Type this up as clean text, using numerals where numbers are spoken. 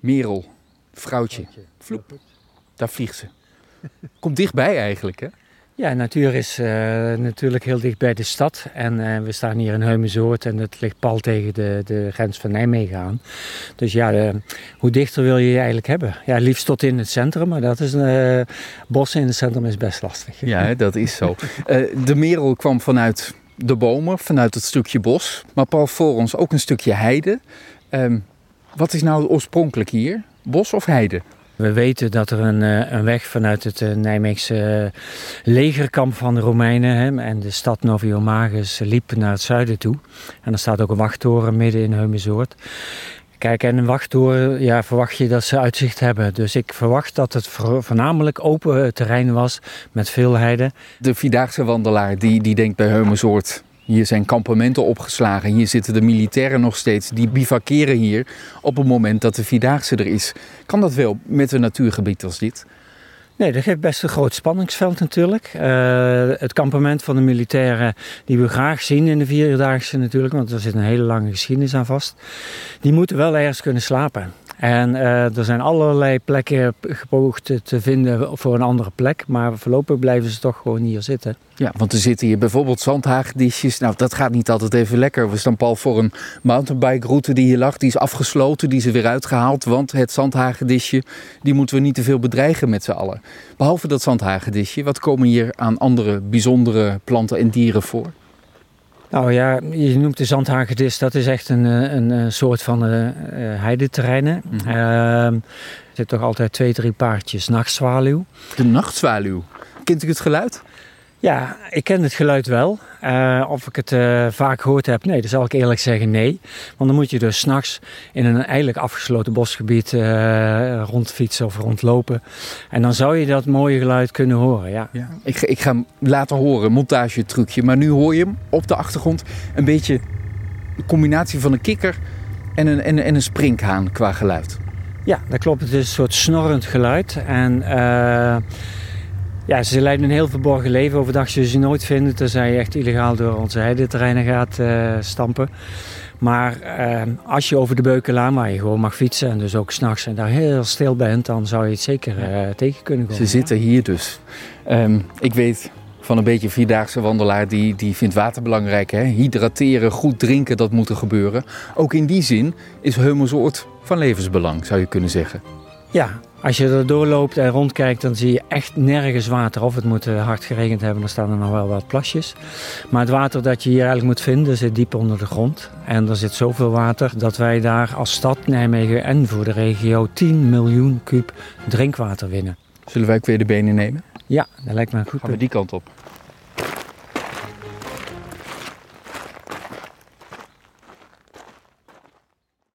Merel, vrouwtje. Vloep, daar vliegt ze. Komt dichtbij eigenlijk, hè? Ja, natuur is natuurlijk heel dicht bij de stad. En we staan hier in Heumensoord en het ligt pal tegen de grens van Nijmegen aan. Dus ja, hoe dichter wil je eigenlijk hebben? Ja, liefst tot in het centrum, maar dat is bossen in het centrum is best lastig. Ja, dat is zo. De merel kwam vanuit de bomen, vanuit het stukje bos. Maar pal voor ons ook een stukje heide. Wat is nou oorspronkelijk hier? Bos of heide? We weten dat er een weg vanuit het Nijmeegse legerkamp van de Romeinen en de stad Noviomagus liep naar het zuiden toe. En er staat ook een wachttoren midden in Heumensoord. Kijk, en een wachttoren, verwacht je dat ze uitzicht hebben. Dus ik verwacht dat het voornamelijk open terrein was met veel heide. De Vierdaagse wandelaar die denkt bij Heumensoord, hier zijn kampementen opgeslagen. Hier zitten de militairen nog steeds. Die bivakeren hier op het moment dat de Vierdaagse er is. Kan dat wel met een natuurgebied als dit? Nee, dat geeft best een groot spanningsveld natuurlijk. Het kampement van de militairen die we graag zien in de Vierdaagse natuurlijk. Want er zit een hele lange geschiedenis aan vast. Die moeten wel ergens kunnen slapen. En er zijn allerlei plekken gepoogd te vinden voor een andere plek. Maar voorlopig blijven ze toch gewoon hier zitten. Ja, want er zitten hier bijvoorbeeld zandhagedisjes. Nou, dat gaat niet altijd even lekker. We staan pal voor een mountainbike route die hier lag. Die is afgesloten, die is er weer uitgehaald. Want het zandhagedisje, die moeten we niet te veel bedreigen met z'n allen. Behalve dat zandhagedisje, wat komen hier aan andere bijzondere planten en dieren voor? Nou ja, je noemt de zandhagedis, dat is echt een soort van heideterreinen. Mm-hmm. Er zitten toch altijd 2-3 paardjes nachtzwaluw. De nachtzwaluw. Kent u het geluid? Ja, ik ken het geluid wel. Of ik het vaak gehoord heb, nee, dat zal ik eerlijk zeggen nee. Want dan moet je dus 's nachts in een eigenlijk afgesloten bosgebied rondfietsen of rondlopen. En dan zou je dat mooie geluid kunnen horen, ja. Ik ga hem laten horen, montagetrucje. Maar nu hoor je hem op de achtergrond een beetje een combinatie van een kikker en een sprinkhaan qua geluid. Ja, dat klopt. Het is een soort snorrend geluid. En ze leiden een heel verborgen leven. Overdag zul je ze nooit vinden, tenzij je echt illegaal door onze heideterreinen gaat stampen. Maar als je over de Beukenlaan, waar je gewoon mag fietsen en dus ook 's nachts en daar heel stil bent, dan zou je het zeker tegen kunnen komen. Ze zitten hier dus. Ik weet van een beetje Vierdaagse wandelaar, die vindt water belangrijk. Hè? Hydrateren, goed drinken, dat moet er gebeuren. Ook in die zin is Heumensoord van levensbelang, zou je kunnen zeggen. Ja, als je er doorloopt en rondkijkt, dan zie je echt nergens water. Of het moet hard geregend hebben, dan staan er nog wel wat plasjes. Maar het water dat je hier eigenlijk moet vinden, zit diep onder de grond. En er zit zoveel water dat wij daar als stad Nijmegen en voor de regio 10 miljoen kuub drinkwater winnen. Zullen wij ook weer de benen nemen? Ja, dat lijkt me goed. Gaan we die kant op.